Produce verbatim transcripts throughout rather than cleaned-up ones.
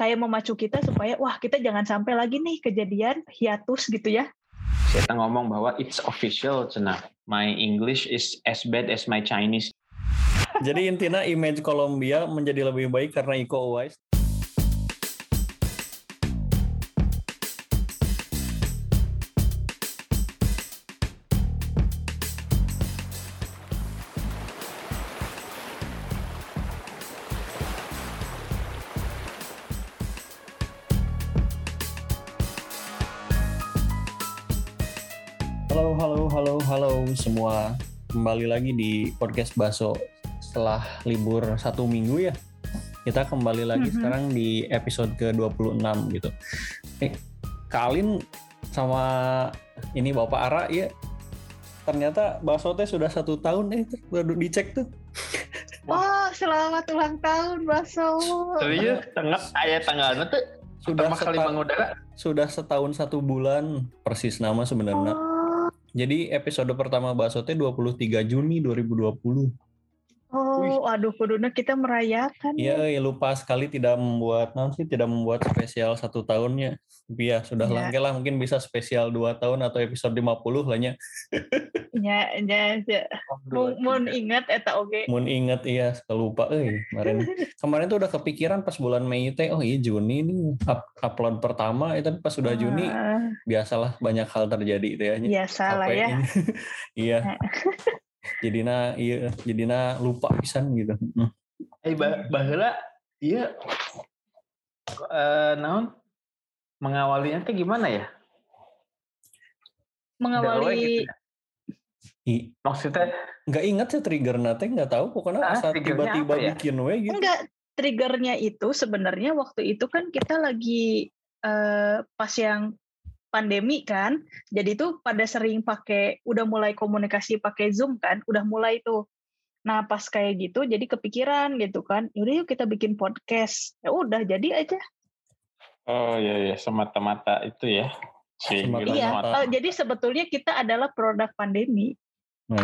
kayak memacu kita supaya wah kita jangan sampai lagi nih kejadian hiatus gitu ya. Kita ngomong bahwa it's official, cenah. My English is as bad as my Chinese. Jadi intinya image Kolombia menjadi lebih baik karena Iko Uwais. Halo, halo, halo, halo semua. Kembali lagi di podcast Baso setelah libur satu minggu ya. Kita kembali lagi mm-hmm. sekarang di episode ke dua puluh enam gitu. Eh, Kalin sama ini Bapak Ara ya. Ternyata Baso teh sudah satu tahun eh baru dicek tuh. Wah, selamat ulang tahun Baso. Serius, tengah ayat tanggalnya tuh sudah kali seta- mengudara. Sudah setahun satu bulan persis nama sebenarnya. Oh. Jadi episode pertama Baso teh dua puluh tiga Juni dua ribu dua puluh. Oh, Wih. Aduh, kuduna kita merayakan. Iya, ya. lupa sekali tidak membuat nanti tidak membuat spesial satu tahunnya. Tapi ya sudah ya. Langke lah, mungkin bisa spesial dua tahun atau episode lima puluh lah nya. Ya, ya, ya. Mun ingat eta oge. Mun ingat iya, lupa euy. Kemarin kemarin tuh udah kepikiran pas bulan Mei teh, oh iya Juni nih up, upload pertama, itu pas sudah Juni uh, biasalah banyak hal terjadi itu ya. Biasalah ya. Iya. Jadina iya jadina lupa pisan gitu. Eh bah, baheula iya uh, naon mengawalinya teh gimana ya? Mengawali gitu. I, maksudnya nggak ingat sih triggernya teh nggak tahu pokoknya ah, saat tiba-tiba ya? Bikin we gitu. Enggak, triggernya itu sebenarnya waktu itu kan kita lagi uh, pas yang pandemi kan, jadi tuh pada sering pakai, udah mulai komunikasi pakai Zoom kan, udah mulai tuh. Nah pas kayak gitu, jadi kepikiran gitu kan, yaudah yuk kita bikin podcast. Ya udah jadi aja. Oh iya iya semata-mata itu ya. Si, iya, uh, jadi sebetulnya kita adalah produk pandemi. Hmm.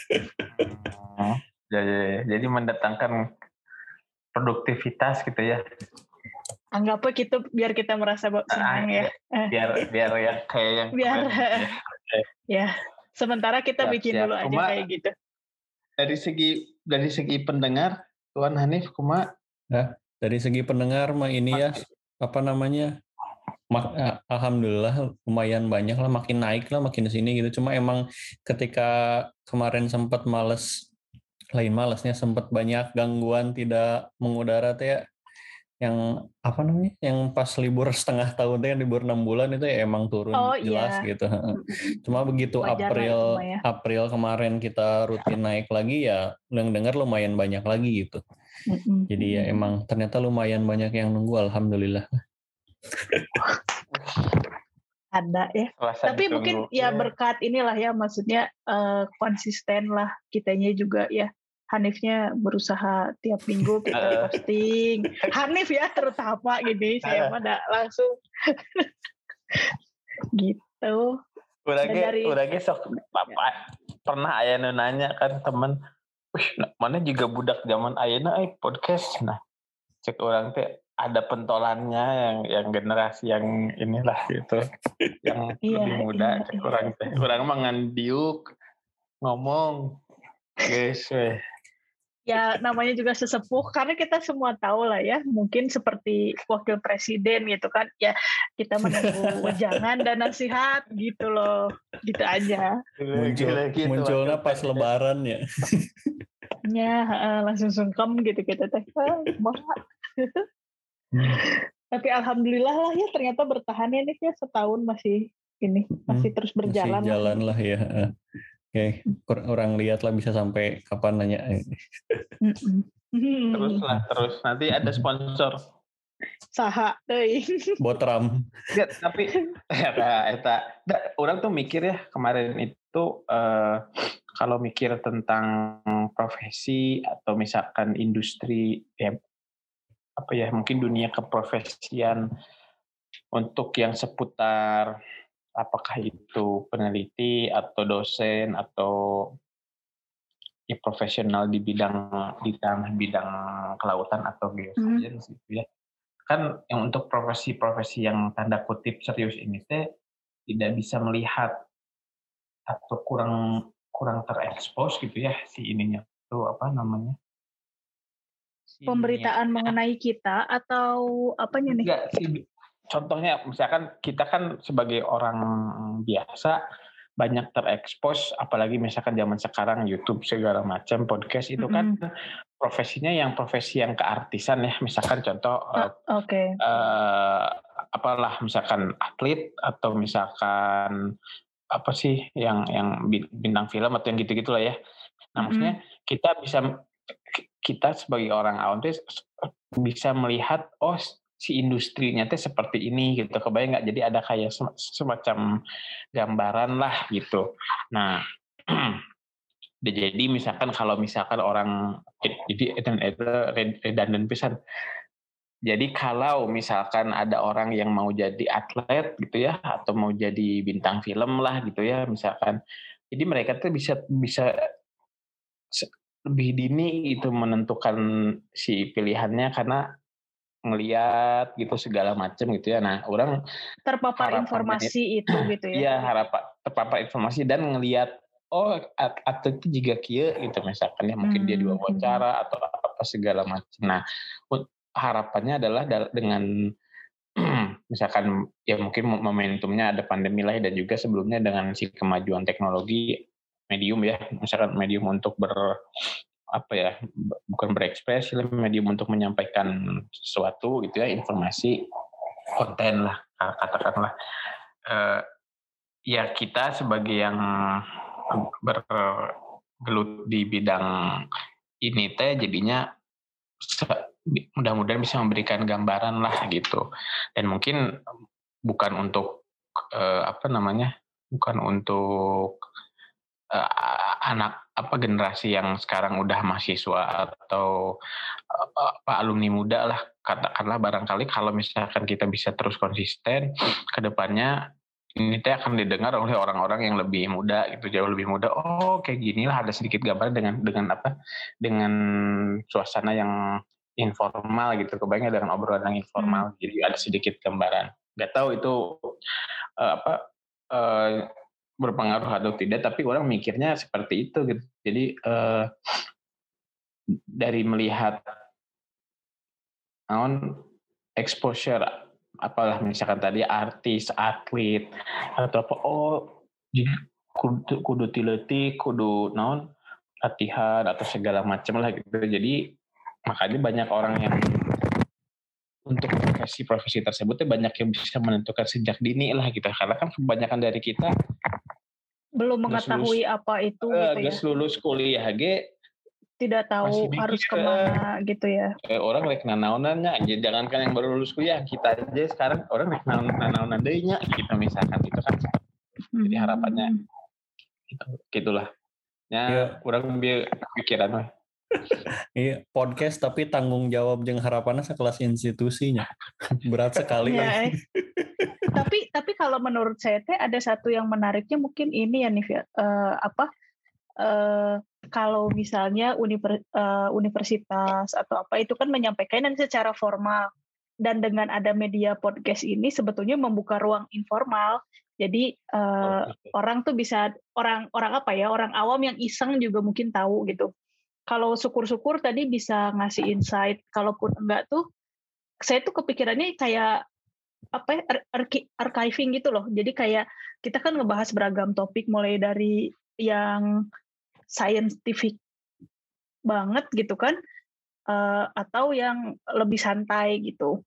ya, ya, ya, jadi mendatangkan produktivitas gitu ya. Anggapnya gitu biar kita merasa senang ah, ya. Biar biar yang kayak yang biar ya. ya. Sementara kita siap, bikin siap. Dulu Kuma, aja kayak gitu. Dari segi dari segi pendengar, Tuan Hanif Kuma. Nah, dari segi pendengar mah ini ya apa namanya? Mak, alhamdulillah lumayan banyak lah, makin naik lah makin sini gitu. Cuma emang ketika kemarin sempat males, lain malesnya sempat banyak gangguan tidak mengudara tuh ya. Yang apa namanya yang pas libur setengah tahun yang libur enam bulan itu ya emang turun oh, jelas iya. gitu. Cuma begitu wajar April ya. April kemarin kita rutin naik lagi ya yang dengar lumayan banyak lagi gitu. Mm-hmm. Jadi ya emang ternyata lumayan banyak yang nunggu alhamdulillah. Ada ya. Rasa Tapi ditunggu. Mungkin ya berkat inilah ya maksudnya uh, konsisten lah kitanya juga ya. Hanifnya berusaha tiap minggu kita posting. Hanif ya terutama gini, saya mah langsung gitu. Urangnya, dari... urangnya sok bapak pernah ayana nanya kan teman, wih mana juga budak zaman ayana eh podcast. Nah cek orang teh ada pentolannya yang yang generasi yang inilah gitu, yang iya, lebih muda iya, cek iya. Orang teh. Orang mah ngan diuk ngomong, guys weh. Ya namanya juga sesepuh karena kita semua tahu lah ya mungkin seperti wakil presiden gitu kan ya kita menunggu wejangan dan nasihat gitu loh gitu aja muncul gitu, munculnya pas presiden. Lebaran ya ya uh, langsung sungkem gitu kita teh ah, hmm. Tapi alhamdulillah lah ya ternyata bertahan ya nih ya setahun masih ini masih hmm, terus berjalan masih jalan lah, lah ya. Oke, okay. Orang lihat lah bisa sampai kapan nanya. Terus lah, terus nanti ada sponsor. Saha, deh. Botram. Ya, tapi eta, eta, orang tuh mikir ya kemarin itu uh, kalau mikir tentang profesi atau misalkan industri ya apa ya mungkin dunia keprofesian untuk yang seputar apakah itu peneliti atau dosen atau ya, profesional di bidang di bidang bidang kelautan atau geoscience gitu ya. kan yang untuk profesi-profesi yang tanda kutip serius ini teh tidak bisa melihat atau kurang kurang terekspos gitu ya si ininya tuh apa namanya si Pemberitaan mengenai kita atau apanya nih? enggak sih contohnya misalkan kita kan sebagai orang biasa banyak terekspos apalagi misalkan zaman sekarang YouTube segala macam podcast itu kan Mm-mm. profesinya yang profesi yang keartisan ya misalkan contoh Ah, uh, oke. Okay. uh, apalah misalkan atlet atau misalkan apa sih yang yang bintang film atau yang gitu-gitu lah ya. Nah, maksudnya Mm-mm. kita bisa kita sebagai orang awam tuh bisa melihat oh si industrinya tuh seperti ini gitu. Kebayang nggak? Jadi ada kayak semacam gambaran lah gitu. Nah, jadi misalkan kalau misalkan orang jadi itu redundant pisan. Jadi kalau misalkan ada orang yang mau jadi atlet gitu ya atau mau jadi bintang film lah gitu ya misalkan. Jadi mereka tuh bisa bisa lebih dini itu menentukan si pilihannya karena ngelihat gitu segala macam gitu ya. Nah, orang terpapar harapannya informasi itu gitu ya. Iya, harapan terpapar informasi dan ngelihat oh atlet itu juga kieu gitu misalkan ya mungkin dia Hmm. diwawancara atau apa segala macam. Nah, harapannya adalah dengan misalkan ya mungkin momentumnya ada pandemi lah dan juga sebelumnya dengan si kemajuan teknologi medium ya misalkan medium untuk ber apa ya bukan berekspresi medium untuk menyampaikan sesuatu gitu ya informasi konten lah katakanlah uh, ya kita sebagai yang bergelut di bidang ini teh jadinya mudah-mudahan bisa memberikan gambaran lah gitu dan mungkin bukan untuk uh, apa namanya bukan untuk uh, anak apa generasi yang sekarang udah mahasiswa atau uh, apa alumni muda lah katakanlah barangkali kalau misalkan kita bisa terus konsisten ke depannya ini teh akan didengar oleh orang-orang yang lebih muda gitu jauh lebih muda oh kayak gini lah ada sedikit gambar dengan dengan apa dengan suasana yang informal gitu kebayangnya dengan obrolan yang informal hmm. Jadi ada sedikit gambaran nggak tahu itu uh, apa uh, berpengaruh atau tidak tapi orang mikirnya seperti itu gitu jadi uh, dari melihat naon exposure apalah misalkan tadi artis atlet atau apa oh kudu kudu tileutik kudu naon latihan atau segala macam lah gitu jadi makanya banyak orang yang untuk profesi-profesi tersebut banyak yang bisa menentukan sejak dini lah gitu karena kan kebanyakan dari kita belum mengetahui lulus, apa itu uh, gitu ya lulus kuliah ge tidak tahu harus kemana uh, gitu ya eh, orang rek nanaonannya jangankan yang baru lulus kuliah kita aja sekarang orang rek nanaonan deui nya gitu misalkan itu kan jadi harapannya gitu, gitulah ya yeah. Orang biar pikiran mah iya podcast tapi tanggung jawab jeung harapannya sekelas institusinya berat sekali ya, eh. tapi tapi kalau menurut saya teh ada satu yang menariknya mungkin ini ya Nivia uh, apa uh, kalau misalnya univer, uh, universitas atau apa itu kan menyampaikan secara formal dan dengan ada media podcast ini sebetulnya membuka ruang informal jadi uh, oh, orang tuh bisa orang orang apa ya orang awam yang iseng juga mungkin tahu gitu. Kalau syukur-syukur tadi bisa ngasih insight, kalaupun enggak tuh, saya tuh kepikirannya kayak apa ya, archiving gitu loh. Jadi kayak kita kan ngebahas beragam topik, mulai dari yang scientific banget gitu kan, uh, atau yang lebih santai gitu.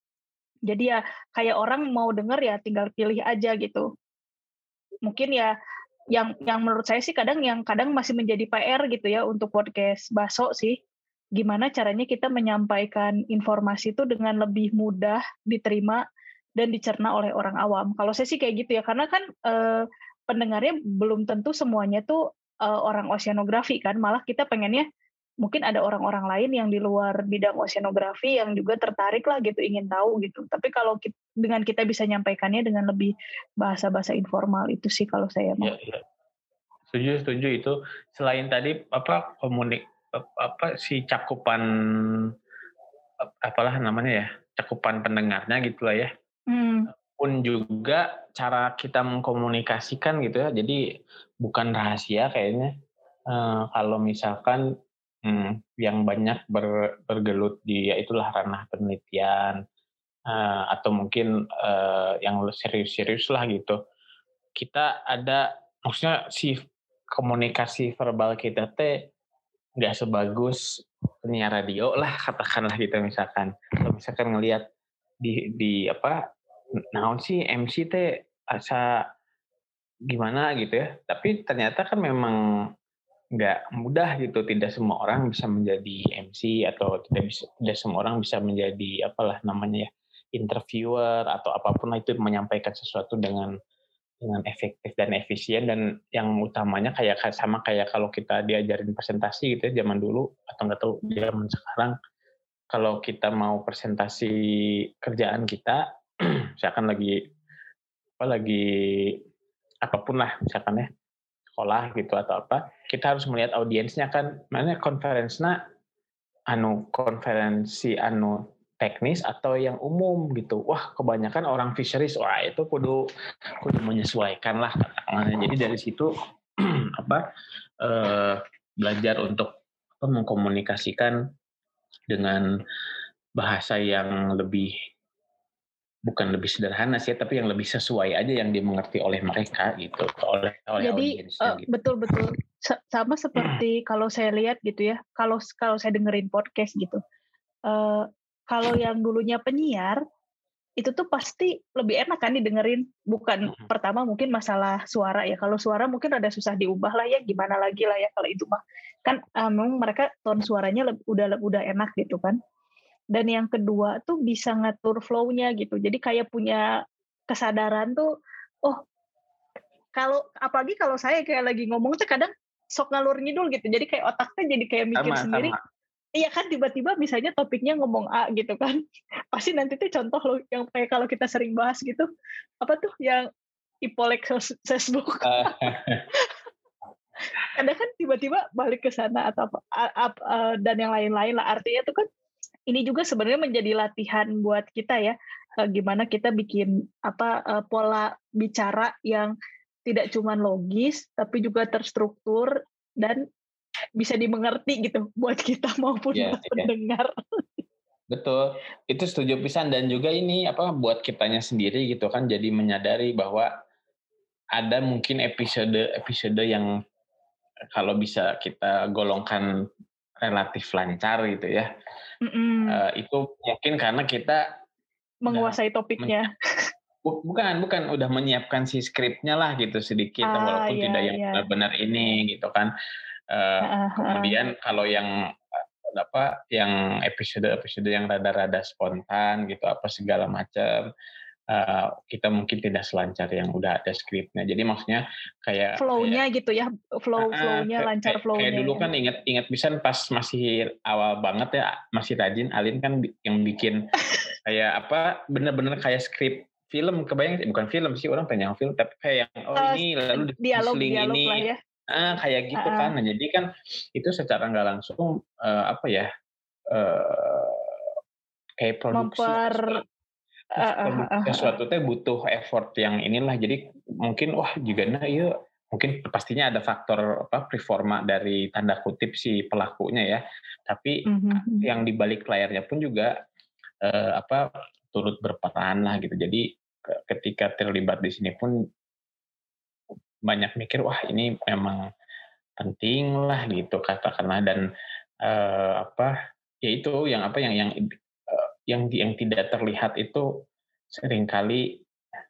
Jadi ya kayak orang mau denger ya tinggal pilih aja gitu. Mungkin ya yang yang menurut saya sih kadang yang kadang masih menjadi P R gitu ya untuk podcast Baso sih gimana caranya kita menyampaikan informasi itu dengan lebih mudah diterima dan dicerna oleh orang awam. Kalau saya sih kayak gitu ya karena kan eh, pendengarnya belum tentu semuanya tuh eh, orang oceanografi kan malah kita pengennya mungkin ada orang-orang lain yang di luar bidang oceanografi yang juga tertarik lah gitu ingin tahu gitu. Tapi kalau kita, dengan kita bisa nyampaikannya dengan lebih bahasa-bahasa informal itu sih kalau saya mau. Ya, ya. Setuju, setuju itu. Selain tadi apa komunik apa si cakupan apalah namanya ya, cakupan pendengarnya gitu lah ya. Hmm. Pun juga cara kita mengkomunikasikan gitu ya, jadi bukan rahasia kayaknya. Uh, kalau misalkan hmm, yang banyak ber, bergelut di ya itulah ranah penelitian uh, atau mungkin uh, yang serius-serius lah gitu. Kita ada maksudnya si komunikasi verbal kita teh nggak sebagus penyiar radio lah katakanlah gitu misalkan. Kalau misalkan ngelihat di di apa naon sih M C teh asa gimana gitu ya. Tapi ternyata kan memang nggak mudah gitu, tidak semua orang bisa menjadi M C atau tidak bisa tidak semua orang bisa menjadi apalah namanya ya, interviewer atau apapun lah itu menyampaikan sesuatu dengan dengan efektif dan efisien dan yang utamanya kayak sama kayak kalau kita diajarin presentasi gitu ya zaman dulu atau nggak tahu zaman sekarang kalau kita mau presentasi kerjaan kita misalkan lagi apa lagi apapun lah misalkan ya sekolah gitu atau apa, kita harus melihat audiensnya kan, mana konferensinya anu konferensi anu teknis atau yang umum gitu. Wah kebanyakan orang fisheries, wah itu kudu kudu menyesuaikan lah. Jadi dari situ apa eh, belajar untuk apa, mengkomunikasikan dengan bahasa yang lebih bukan lebih sederhana sih, tapi yang lebih sesuai aja yang dimengerti oleh mereka gitu, oleh oleh Jadi audiensnya uh, gitu. betul-betul sama seperti kalau saya lihat gitu ya, kalau kalau saya dengerin podcast gitu, uh, kalau yang dulunya penyiar itu tuh pasti lebih enak kan didengerin. Bukan Mm-hmm. pertama mungkin masalah suara ya. Kalau suara mungkin ada susah diubah lah ya, gimana lagi lah ya kalau itu mah. Kan um, mereka tone suaranya le- udah udah enak gitu kan. Dan yang kedua tuh bisa ngatur flow-nya gitu. Jadi kayak punya kesadaran tuh, oh kalau apalagi kalau saya kayak lagi ngomong tuh kadang sok ngalur ngidul gitu. Jadi kayak otaknya jadi kayak mikir Sama, sendiri. sama. Iya kan tiba-tiba misalnya topiknya ngomong A gitu kan. Pasti nanti tuh contoh loh yang kayak kalau kita sering bahas gitu. Apa tuh yang ipolek Facebook. Uh, Kadang kan tiba-tiba balik ke sana atau apa, uh, dan yang lain-lain lah. Artinya tuh kan ini juga sebenarnya menjadi latihan buat kita ya. Uh, gimana kita bikin apa uh, pola bicara yang tidak cuma logis tapi juga terstruktur dan bisa dimengerti gitu buat kita maupun ya, buat ya. pendengar. Betul, itu setuju pisan dan juga ini apa buat kitanya sendiri gitu kan jadi menyadari bahwa ada mungkin episode-episode yang kalau bisa kita golongkan relatif lancar gitu ya. Uh, itu mungkin karena kita menguasai topiknya. Bukan, bukan udah menyiapkan si skripnya lah gitu sedikit ah, walaupun ya, tidak yang ya. benar-benar ini gitu kan. Uh, uh, uh, kemudian kalau yang apa yang episode-episode yang rada-rada spontan gitu apa segala macam uh, kita mungkin tidak selancar yang udah ada skripnya. Jadi maksudnya kayak flow-nya kayak, gitu ya, flow flow-nya uh, lancar kayak, flow-nya. Kayak dulu kan ingat-ingat bisa pas masih awal banget ya masih rajin Alin kan yang bikin kayak apa bener-bener kayak skrip film, kebayang bukan film sih orang tanya film tapi kayak yang oh uh, ini lalu dialog diseling dialog ini lah ya. Ah, kayak gitu uh, kan. Nah, jadi kan itu secara nggak langsung uh, apa ya uh, kayak produksi Memper, sesuatu, uh, uh, sesuatu teh butuh effort yang inilah. Jadi mungkin wah juga nah iya mungkin pastinya ada faktor apa performa dari tanda kutip si pelakunya ya. Tapi uh-huh. yang di balik layarnya pun juga uh, apa turut berperan lah gitu. Jadi ketika terlibat di sini pun banyak mikir wah ini memang penting lah gitu katakanlah dan uh, apa ya itu yang apa yang yang uh, yang yang tidak terlihat itu seringkali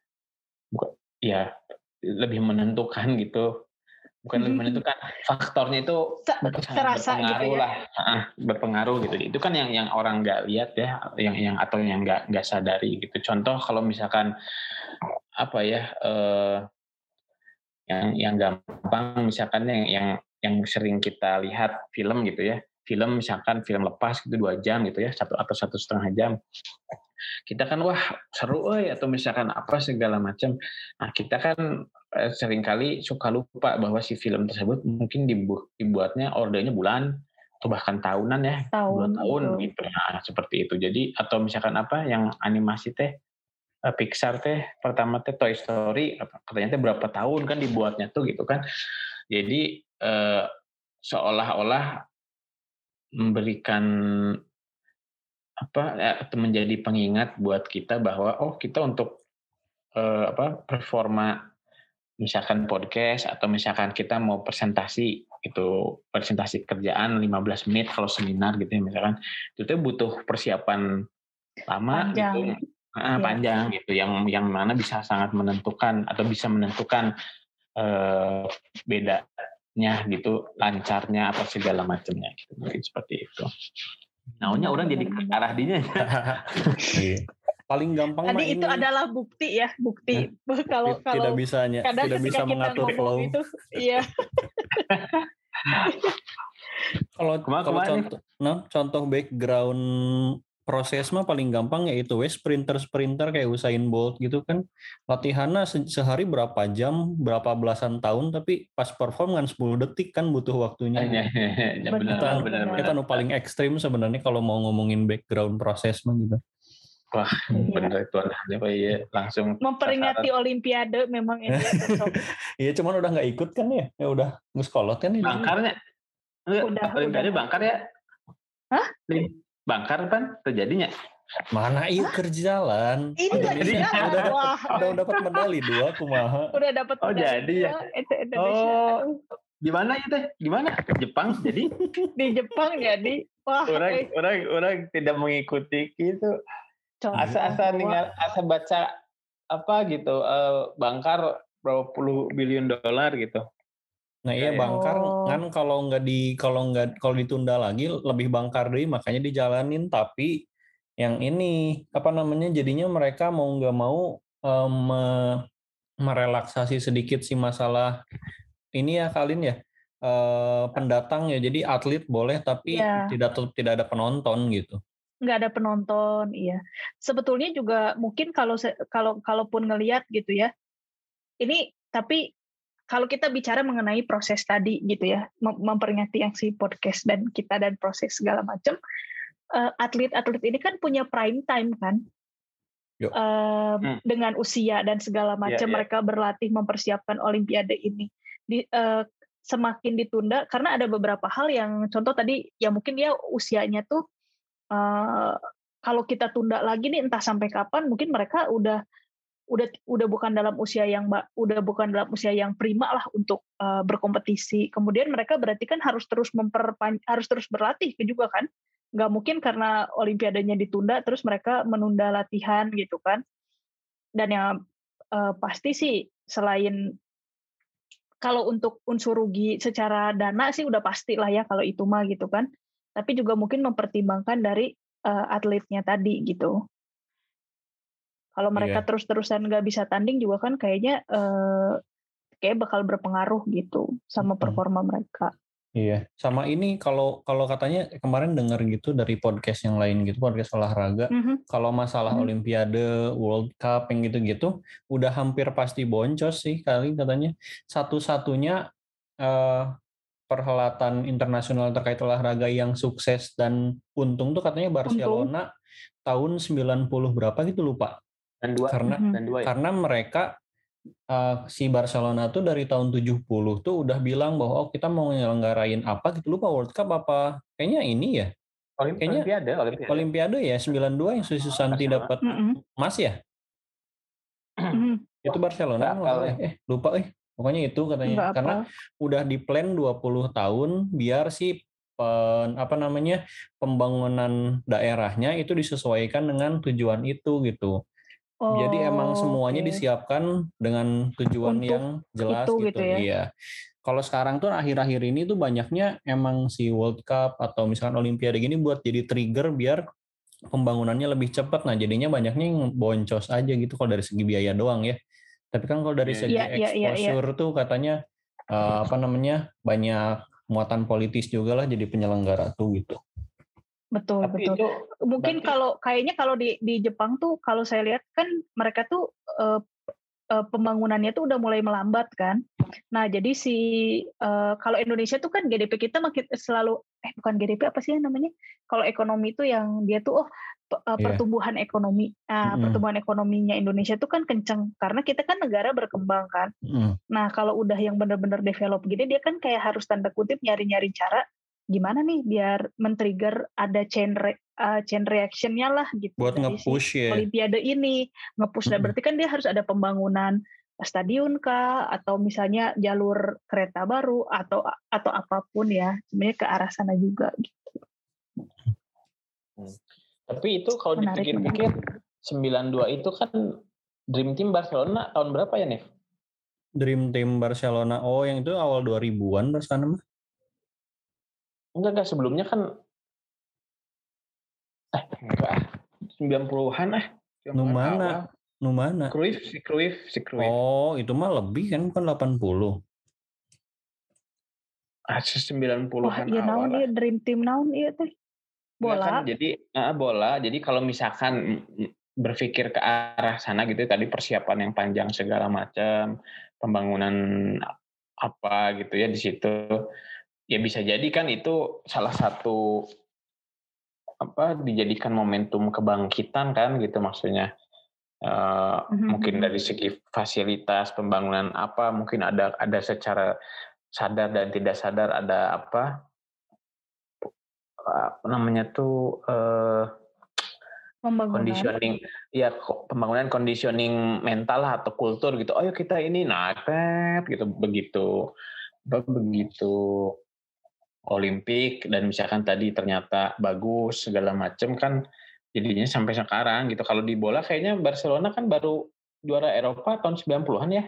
ya lebih menentukan gitu bukan lebih menentukan faktornya itu terasa berpengaruh gitu ya. lah uh, berpengaruh gitu itu kan yang yang orang nggak lihat ya yang yang atau yang nggak nggak sadari gitu contoh kalau misalkan apa ya uh, yang yang gampang misalkan yang yang yang sering kita lihat film gitu ya film misalkan film lepas gitu dua jam gitu ya satu atau satu setengah jam kita kan wah seru eh atau misalkan apa segala macam nah kita kan eh, seringkali suka lupa bahwa si film tersebut mungkin dibu- dibuatnya ordernya bulan atau bahkan tahunan ya, dua Tahun tahun itu. gitu. Nah, seperti itu. Jadi atau misalkan apa yang animasi teh eh, Pixar teh pertama teh Toy Story katanya teh berapa tahun kan dibuatnya tuh gitu kan. Jadi eh, seolah-olah memberikan apa ya, menjadi pengingat buat kita bahwa oh kita untuk eh, apa performa misalkan podcast atau misalkan kita mau presentasi itu presentasi kerjaan lima belas menit kalau seminar gitu ya misalkan itu tuh butuh persiapan lama Panjang. gitu ah, Ya. panjang gitu yang yang mana bisa sangat menentukan atau bisa menentukan eh, bedanya gitu lancarnya apa segala macamnya gitu mungkin seperti itu. Naunya orang jadi ke arah dinya. Iya. Paling gampang mah Tadi itu ini adalah bukti ya, bukti kalau tidak kalau bisanya, kadang tidak ketika bisa kita mengatur ngomong flow. itu, iya. Kalau Kemana- kalau kemana nih? contoh, nah, contoh background proses mah paling gampang yaitu wes sprinter-sprinter kayak Usain Bolt gitu kan latihannya se- sehari berapa jam, berapa belasan tahun tapi pas perform kan sepuluh detik kan butuh waktunya. Ya, Benar, benar, benar, benar. Itu anu paling ekstrim sebenarnya kalau mau ngomongin background proses mah gitu. Wah, Iya. bener itu aneh Pak ya langsung Memperingati Olimpiade memang ini ya, cocok. Iya cuman udah nggak ikut kan ya, ya udah ngeskolot kan ini. bangkarnya. Udah, Olimpiade udah. bangkar ya? Hah? Bangkar kan terjadinya. Mana yuk kerja jalan. Ini lagi Indonesia jalan. udah dapat Wah. udah dapat medali dua kumaha. Udah dapat Oh, medali jadi ya? dua, itu Indonesia. Oh. Aduh. Di mana ya teh? Di mana? Jepang. Jadi Di Jepang jadi wah orang eh, orang orang tidak mengikuti gitu. contoh Asa-asa bahwa- dengar asa baca apa gitu eh, bangkar berapa puluh bilion dolar gitu. Nah iya Ya, ya. bangkar Oh. kan kalau nggak di kalau nggak kalau ditunda lagi lebih bangkar deh makanya dijalanin tapi yang ini apa namanya jadinya mereka mau nggak mau em, me- merelaksasi sedikit sih masalah ini ya Kalin ya eh, pendatang ya jadi atlet boleh tapi Iya. tidak tidak ada penonton gitu. nggak ada penonton, iya. Sebetulnya juga mungkin kalau se- kalau kalaupun ngelihat gitu ya, ini tapi kalau kita bicara mengenai proses tadi gitu ya, mem- memperingati yang si podcast dan kita dan proses segala macam, eh, atlet-atlet ini kan punya prime time kan, Yo. Eh, Hmm. dengan usia dan segala macam Iya, iya. mereka berlatih mempersiapkan Olimpiade ini. Di, eh, semakin ditunda karena ada beberapa hal yang contoh tadi ya mungkin dia usianya tuh Uh, kalau kita tunda lagi nih entah sampai kapan mungkin mereka udah udah udah bukan dalam usia yang udah bukan dalam usia yang prima lah untuk uh, berkompetisi. Kemudian mereka berarti kan harus terus memperpan harus terus berlatih juga kan? Nggak mungkin karena Olimpiadanya ditunda terus mereka menunda latihan gitu kan? Dan yang uh, pasti sih selain kalau untuk unsur rugi secara dana sih udah pasti lah ya kalau itu mah gitu kan. Tapi juga mungkin mempertimbangkan dari uh, atletnya tadi gitu. Kalau mereka Iya. terus-terusan nggak bisa tanding juga kan kayaknya uh, kayak bakal berpengaruh gitu sama performa mereka. Iya, sama ini kalau kalau katanya kemarin dengar gitu dari podcast yang lain gitu, podcast olahraga, Mm-hmm. kalau masalah Mm-hmm. Olimpiade, World Cup yang gitu-gitu, udah hampir pasti boncos sih kali katanya. Satu-satunya eh, perhelatan internasional terkait olahraga yang sukses dan untung tuh katanya Barcelona tahun sembilan puluh berapa gitu lupa. Dan dua. Karena Mhm. Dan dua ya. karena mereka uh, si Barcelona tuh dari tahun tujuh puluh tuh udah bilang bahwa oh kita mau nyelenggarain apa gitu lupa World Cup apa kayaknya ini ya. Olim- Kayaknya Olimpiade, Olimpiade. Olimpiade ya sembilan puluh dua yang Susi Susanti Barcelona. dapat Mhm. emas ya. Mhm. Itu Barcelona Nggak, nggak kalau- salah. eh lupa eh pokoknya itu katanya Nggak karena apa. udah di plan dua puluh tahun biar si pen, apa namanya pembangunan daerahnya itu disesuaikan dengan tujuan itu gitu. Oh, Jadi emang semuanya oke. disiapkan dengan tujuan Untuk yang jelas itu gitu. gitu ya. Iya. Kalau sekarang tuh akhir-akhir ini tuh banyaknya emang si World Cup atau misalkan Olimpiade gini buat jadi trigger biar pembangunannya lebih cepat. Nah jadinya banyaknya yang boncos aja gitu kalau dari segi biaya doang ya. Tapi kan kalau dari Iya, segi iya, iya, iya, exposure tuh katanya eh, apa namanya banyak muatan politis juga lah jadi penyelenggara tuh gitu. Betul, Tapi betul. itu Mungkin berarti- kalau kayaknya kalau di di Jepang tuh kalau saya lihat kan mereka tuh eh, uh, pembangunannya tuh udah mulai melambat kan. Nah jadi si uh, kalau Indonesia tuh kan G D P kita makin selalu eh bukan G D P apa sih yang namanya? Kalau ekonomi itu yang dia tuh oh uh, pertumbuhan yeah. ekonomi. Nah, mm. pertumbuhan ekonominya Indonesia tuh kan kenceng karena kita kan negara berkembang kan. Mm. Nah kalau udah yang benar-benar develop gini dia kan kayak harus tanda kutip nyari-nyari cara gimana nih biar men-trigger ada chain re, uh, chain reaction-nya lah gitu buat nge-push si ya Olimpiade ini nge-push mm-hmm. dan berarti kan dia harus ada pembangunan stadion kah atau misalnya jalur kereta baru atau atau apapun ya sebenarnya ke arah sana juga gitu. Hmm. Tapi itu kalau dipikir-pikir sembilan puluh dua itu kan Dream Team Barcelona tahun berapa ya, Nif? Dream Team Barcelona oh yang itu awal dua ribuan Barcelona mah. Enggak, enggak, sebelumnya kan eh enggak sembilan puluhan ah. Nu mana? Nu mana? Cruyff, si Cruyff, si Cruyff. Oh, itu mah lebih kan bukan delapan puluh. Ah, sembilan puluhan oh, iya, awal. Naon, iya, Dream Team naon iya teh. Bola. Kan, jadi uh, bola. Jadi kalau misalkan berpikir ke arah sana gitu tadi persiapan yang panjang segala macam, pembangunan apa gitu ya di situ. Ya bisa jadi kan itu salah satu apa dijadikan momentum kebangkitan kan gitu maksudnya uh, mm-hmm. mungkin dari segi fasilitas pembangunan apa mungkin ada ada secara sadar dan tidak sadar ada apa apa namanya tuh uh, conditioning ya pembangunan conditioning mental lah, atau kultur gitu. Oh yuk kita ini napet gitu begitu begitu Olimpik dan misalkan tadi ternyata bagus segala macam kan jadinya sampai sekarang gitu. Kalau di bola kayaknya Barcelona kan baru juara Eropa tahun sembilan puluhan ya.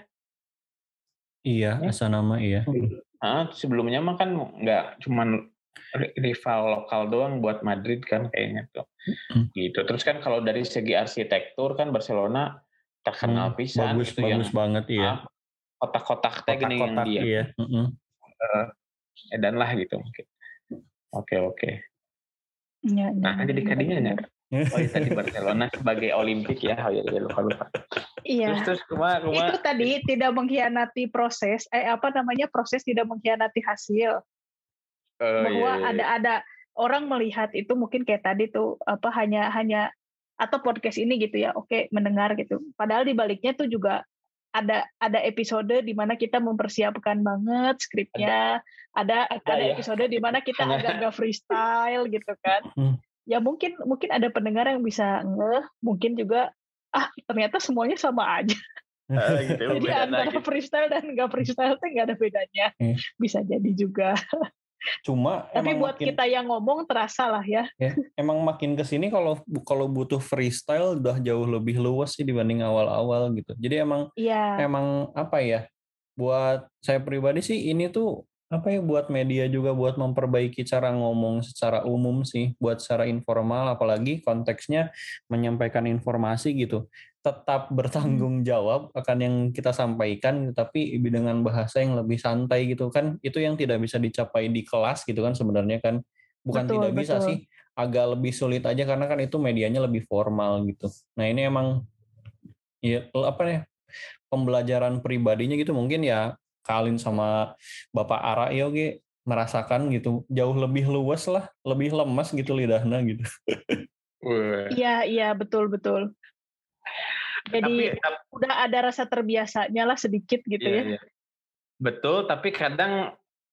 Iya, ya? Asal nama iya. Nah, sebelumnya mah kan nggak cuman rival lokal doang buat Madrid kan kayaknya tuh. Hmm. Gitu. Terus kan kalau dari segi arsitektur kan Barcelona terkenal hmm, pisan bagus, gitu bagus yang banget iya. Kotak-kotak teh gini yang dia. Iya. Uh-uh. Uh, edan lah gitu mungkin. Oke oke. Ya, nah kan jadi kadinya ya. Oh ya tadi Barcelona sebagai Olimpik ya. Oh ya lupa lupa. Iya. Terus terus kuma, kuma. Itu tadi tidak mengkhianati proses. Eh apa namanya proses tidak mengkhianati hasil. Uh, Bahwa iya, iya. ada ada orang melihat itu mungkin kayak tadi tuh apa hanya hanya atau podcast ini gitu ya. Oke mendengar gitu. Padahal di baliknya tuh juga ada ada episode di mana kita mempersiapkan banget skripnya, ada ada, ada ya. episode di mana kita agak-agak freestyle gitu kan. Hmm. Ya mungkin mungkin ada pendengar yang bisa ngeh, mungkin juga ah ternyata semuanya sama aja. Uh, gitu, jadi antara gitu. Freestyle dan nggak freestyle itu nggak ada bedanya. Hmm. Bisa jadi juga. Cuma tapi buat makin, kita yang ngomong terasa lah ya. ya emang makin kesini kalau kalau butuh freestyle udah jauh lebih luas sih dibanding awal-awal gitu. Jadi emang ya. emang apa ya? Buat saya pribadi sih ini tuh apa ya buat media juga buat memperbaiki cara ngomong secara umum sih, buat secara informal apalagi konteksnya menyampaikan informasi gitu. Tetap bertanggung jawab akan yang kita sampaikan tapi dengan bahasa yang lebih santai gitu kan, itu yang tidak bisa dicapai di kelas gitu kan sebenarnya kan, bukan betul, tidak betul. Bisa sih, agak lebih sulit aja karena kan itu medianya lebih formal gitu. Nah ini emang ya apa ya pembelajaran pribadinya gitu mungkin ya Kalin sama Bapak Ara Yoge merasakan gitu jauh lebih luas lah, lebih lemas gitu lidahnya gitu. Iya iya betul betul. Jadi tapi, udah ada rasa terbiasanya lah sedikit gitu iya, ya. Iya. Betul, tapi kadang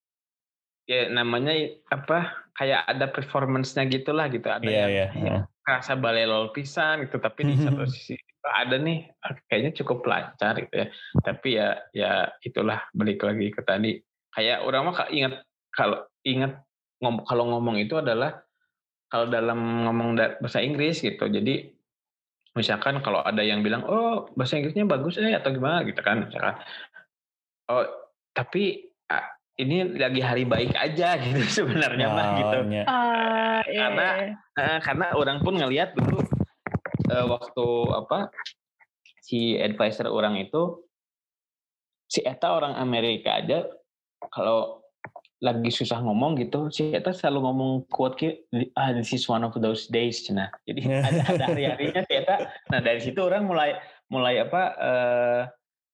ya namanya apa kayak ada performance-nya gitulah gitu. Ada iya, yang iya. Ya, kerasa balelol pisan gitu, tapi di satu sisi ada nih kayaknya cukup lancar gitu ya. Tapi ya ya itulah balik lagi ke tadi. Kayak orang mah ingat kalau ingat ngom, kalau ngomong itu adalah kalau dalam ngomong bahasa Inggris gitu. Jadi misalkan kalau ada yang bilang, oh bahasa Inggrisnya bagus eh atau gimana gitu kan, misalkan, oh tapi ah, ini lagi hari baik aja gitu sebenarnya mah gitu. Uh, karena yeah. uh, karena orang pun ngelihat dulu uh, waktu apa si advisor orang itu si Eta orang Amerika aja kalau lagi susah ngomong gitu, si Eta selalu ngomong quote ah this is one of those days cina. Jadi ada ada hari-harinya si Eta. Nah dari situ orang mulai mulai apa uh,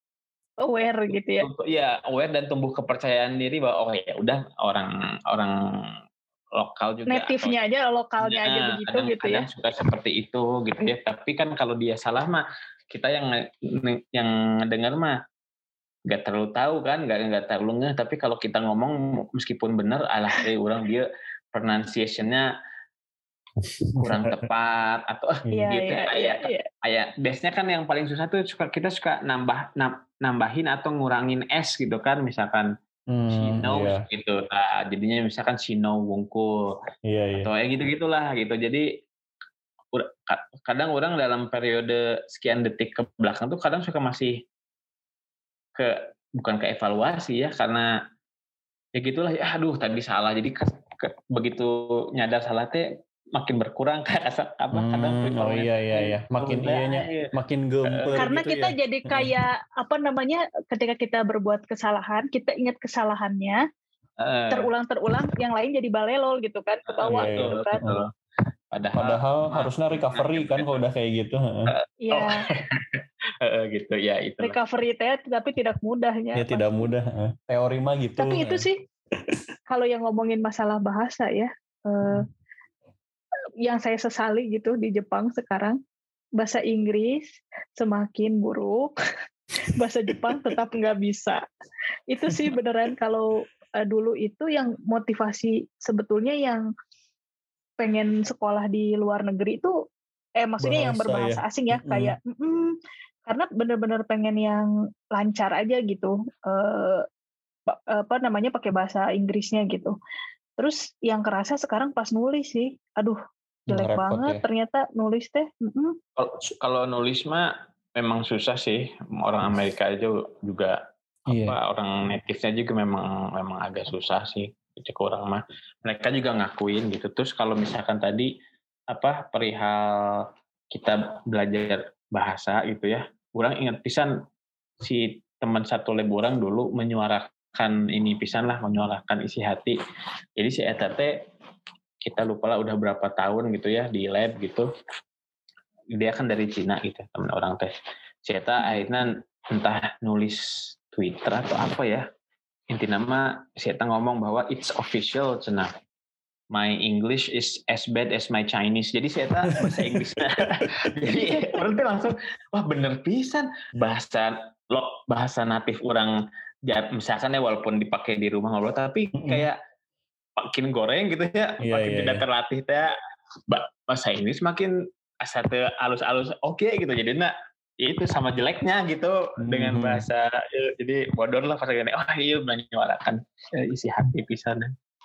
aware gitu ya. Iya, aware dan tumbuh kepercayaan diri bahwa oh ya udah orang orang lokal juga native-nya aja, lokalnya aja nah, begitu kadang, gitu kadang ya. suka seperti itu gitu ya. Tapi kan kalau dia salah mah kita yang yang dengar mah nggak terlalu tahu kan, nggak nggak terlalu ngeh. Tapi kalau kita ngomong meskipun benar, alah eh orang dia pronunciation-nya kurang tepat atau Iya, gitu iya, iya, kayak iya. kayak biasanya kan yang paling susah tuh suka kita suka nambah nam- nambahin atau ngurangin s gitu kan, misalkan she Hmm, knows iya, gitu. Nah, jadinya misalkan she know wungkul iya, iya. atau ya gitu-gitulah gitu. Jadi ur- ka- kadang orang dalam periode sekian detik ke belakang tuh kadang suka masih ke bukan ke evaluasi ya karena ya gitulah ya aduh tadi salah jadi ke, ke- begitu nyadar salah teh makin berkurang kan asa apa kadang Hmm, oh performance iya, iya, iya. Makin rendah iyanya, ya. makin gemper Karena gitu kita ya. jadi kayak apa namanya, ketika kita berbuat kesalahan, kita ingat kesalahannya, Heeh, terulang-terulang, yang lain jadi balelol gitu kan, ke heeh, Iya, bawah iya. gitu betul kan. betul. Padahal, Padahal mah harusnya recovery kan kalau udah kayak gitu. heeh. Iya, oh, heeh, gitu ya itulah. recovery teh tapi tidak mudahnya. Ya tidak pasti. mudah. heeh. Teori mah gitu. Tapi itu heeh. sih, kalau yang ngomongin masalah bahasa ya, eh, yang saya sesali gitu di Jepang sekarang, bahasa Inggris semakin buruk, bahasa Jepang tetap nggak bisa. Itu sih beneran kalau eh, dulu itu yang motivasi sebetulnya yang pengen sekolah di luar negeri itu, eh maksudnya yang Bahasa berbahasa ya. asing ya, Mm-mm. kayak mm, karena bener-bener pengen yang lancar aja gitu, eh, pa- apa namanya pakai bahasa Inggrisnya gitu. Terus yang kerasa sekarang pas nulis sih, aduh jelek Repot banget ya. ternyata nulis teh. Mm-mm. Kalau kalau nulis mah memang susah sih orang Amerika aja juga Iya. apa orang native-nya juga memang memang agak susah sih cek orang mah mereka juga ngakuin gitu terus kalau misalkan tadi apa perihal kita belajar bahasa gitu ya orang ingat pisan si teman satu lab orang dulu menyuarakan ini pisan lah menyuarakan isi hati jadi si eta teh kita lupa lah udah berapa tahun gitu ya di lab gitu dia kan dari Cina gitu teman orang teh si eta akhirnya entah nulis Twitter atau apa ya inti nama si Eta ngomong bahwa it's official cenah my English is as bad as my Chinese jadi si Eta bahasa Inggrisnya jadi orang tuh langsung wah bener pisan bahasa lo bahasa natif orang ya misalkan ya walaupun dipakai di rumah ngobrol tapi kayak makin goreng gitu ya Iya, makin iya, tidak iya. terlatih teh bahasa Inggris makin asa teu alus-alus oke gitu jadi nak ya itu sama jeleknya gitu Mhm. dengan bahasa eh, jadi bodor lah pas gini oh iya menyuarakan eh, isi hati pisan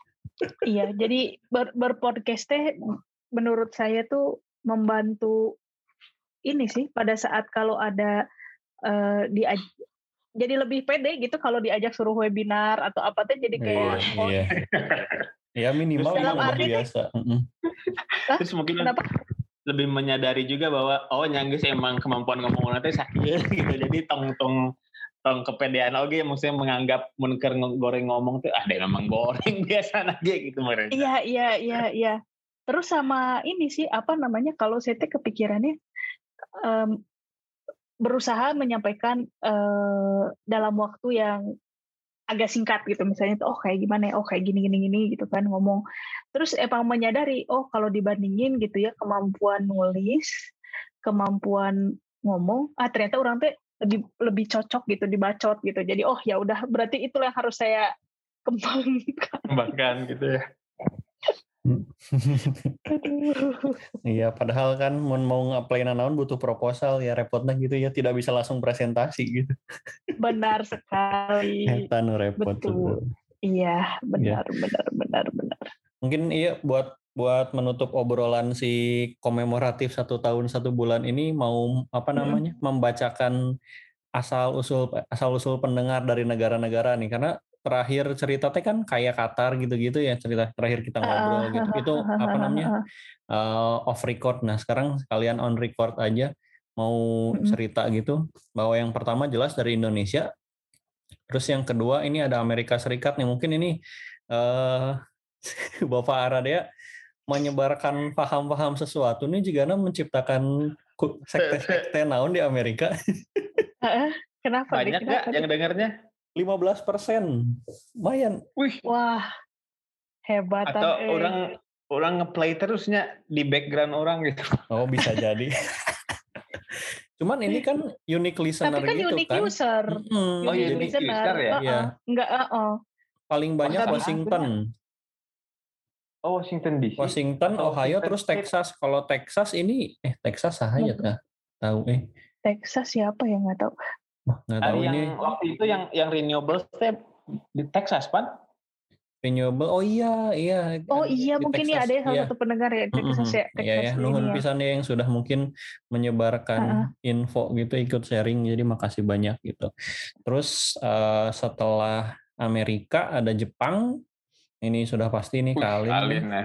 Iya, jadi ber, berpodcast teh menurut saya tuh membantu ini sih pada saat kalau ada eh, di jadi lebih pede gitu kalau diajak suruh webinar atau apa teh jadi kayak Iya, oh, iya. Ya minimal Terus ini dalam udah arti teh biasa. Mm-mm. Hah? terus mungkin Kenapa? lebih menyadari juga bahwa oh nyanggis emang kemampuan ngomong nanti sakit gitu jadi tong tong tong kepedean oke maksudnya menganggap munker goreng ngomong tuh ah dia memang goreng biasa aja gitu mereka Iya, iya, iya, iya. Terus sama ini sih apa namanya kalau saya teh kepikirannya em, berusaha menyampaikan eh, dalam waktu yang agak singkat gitu misalnya tuh oh kayak gimana ya oh kayak gini gini gini gitu kan ngomong terus emang menyadari oh kalau dibandingin gitu ya kemampuan nulis kemampuan ngomong ah ternyata orang tuh lebih lebih cocok gitu dibacot gitu jadi oh ya udah berarti itulah yang harus saya kembangkan. kembangkan gitu ya Aduh. Iya, padahal kan mau mau ngapain naon butuh proposal ya repotnya gitu ya, tidak bisa langsung presentasi gitu. Benar sekali. Eta nu repot Betul. tuh. Iya, benar, benar, benar, benar. Mungkin iya buat buat menutup obrolan si komemoratif satu tahun satu bulan ini mau apa namanya membacakan asal usul asal usul pendengar dari negara-negara nih karena terakhir cerita teh kan kayak Qatar gitu-gitu ya cerita terakhir kita ngobrol gitu itu apa namanya uh, off record nah sekarang sekalian on record aja mau cerita gitu bahwa yang pertama jelas dari Indonesia terus yang kedua ini ada Amerika Serikat nih mungkin ini uh, Bapak Aradea menyebarkan paham-paham sesuatu nih juga menciptakan sekte-sekte naon di Amerika. Kenapa? Banyak nggak yang dengarnya? lima belas persen. Lumayan. Wih. Wah, hebatan. Atau eh. orang orang ngeplay terusnya di background orang gitu. Oh, bisa jadi. Cuman ini kan unique listener Tapi kan gitu unique kan. user. Hmm, Oh, unique unique listener. user ya? Uh-uh. Iya. Enggak, uh-uh. Paling banyak Masa Washington. Oh, Washington D C. Washington, Atau Ohio, Washington terus State. Texas. Kalau Texas ini, eh Texas sahaya ya? Tahu eh. Texas siapa ya nggak tahu. Nggak Ah, tahu yang ini. waktu itu yang yang renewable step di Texas, Pan? Renewable, oh iya, iya. Oh di, iya, di mungkin Texas. ya ada salah Iya. satu pendengar ya Texas Mm-hmm. ya. Texas Iya ya, nuhun ini ya. pisan ya yang sudah mungkin menyebarkan Uh-uh. info gitu, ikut sharing, jadi makasih banyak gitu. Terus uh, setelah Amerika ada Jepang, ini sudah pasti nih Kalin. Kalin ya.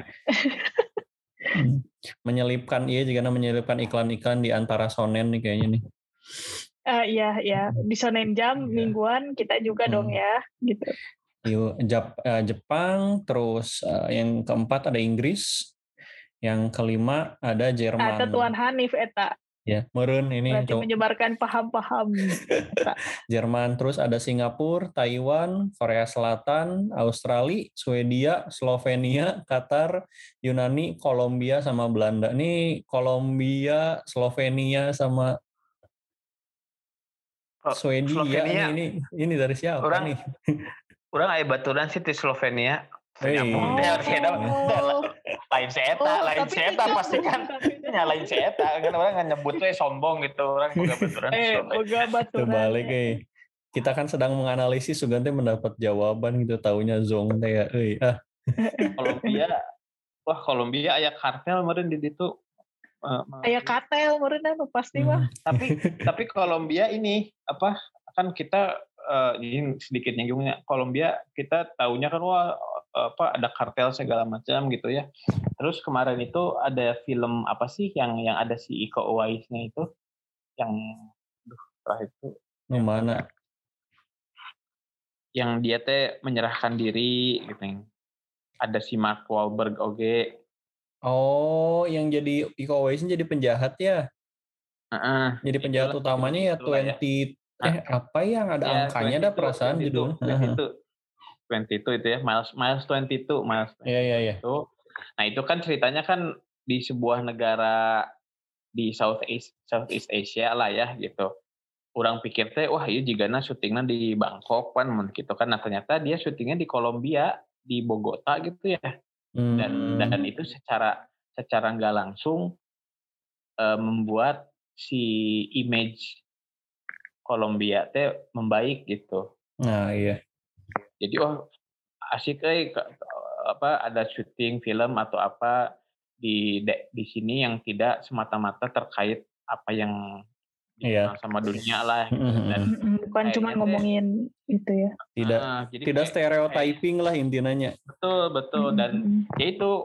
Menyelipkan, iya juga menyelipkan iklan-iklan di antara sonen nih kayaknya nih. Uh, iya, iya. Di Shonen Jump Iya. mingguan kita juga Hmm. dong ya, gitu. Yuk, Jap, uh, Jepang, terus uh, yang keempat ada Inggris, yang kelima ada Jerman. Ada Tuan Hanif eta. Ya, meren ini. Berarti tuh. menyebarkan paham-paham. Jerman, terus ada Singapura, Taiwan, Korea Selatan, Australia, Swedia, Slovenia, Qatar, Yunani, Kolombia, sama Belanda. Ini Kolombia, Slovenia, sama Swedia. Slovenia. Nih, ini ini dari siapa orang, nih? Orang aya baturan sih di Slovenia. Hey. Nyambung deh, Oh. lain seeta, Oh, lain tapi seeta itu- pasti kan. Nyalain seeta kan orang nggak nyebut tuh sombong gitu, orang boga baturan di Eh, Slovenia. boga baturan. Terbalik, eh. Kita kan sedang menganalisis, Sugante mendapat jawaban gitu, taunya zong teh ya. Eh, ah. Kolombia, wah Kolombia aya kartel meureun di ditu. Uh, Kayak katel meureun pasti mah. Hmm. tapi tapi Kolombia ini apa kan kita uh, ini sedikit nyinggungnya Kolombia kita taunya kan wah apa ada kartel segala macam gitu ya. Terus kemarin itu ada film apa sih yang yang ada si Iko Uwais-nya itu yang duh terakhir itu yang mana? Yang dia teh menyerahkan diri gitu. Ada si Mark Wahlberg oge. Oh, yang jadi Iko Uwais jadi penjahat ya? Uh-uh. Jadi penjahat Itulah, utamanya ya itulah dua puluh ya. eh apa yang ada Ya, angkanya ada perasaan judul. dua puluh dua, dua puluh dua itu ya, Miles Miles dua puluh dua, Miles. Iya iya iya. Itu. Nah, itu kan ceritanya kan di sebuah negara di Southeast Southeast Asia lah ya gitu. Orang pikir teh wah ieu jigana syutingnya di Bangkok kan gitu kan. Nah, ternyata dia syutingnya di Kolombia, di Bogota gitu ya. Hmm. Dan dan itu secara secara nggak langsung uh, membuat si image Kolombia teh membaik gitu. Nah, iya. Jadi oh asik eh apa ada syuting film atau apa di di sini yang tidak semata-mata terkait apa yang iya. sama dunia lah gitu. Dan bukan cuma ngomongin itu ya. Tidak uh, jadi tidak kayak, stereotyping kayak, lah intinya. Betul betul dan mm-hmm. ya itu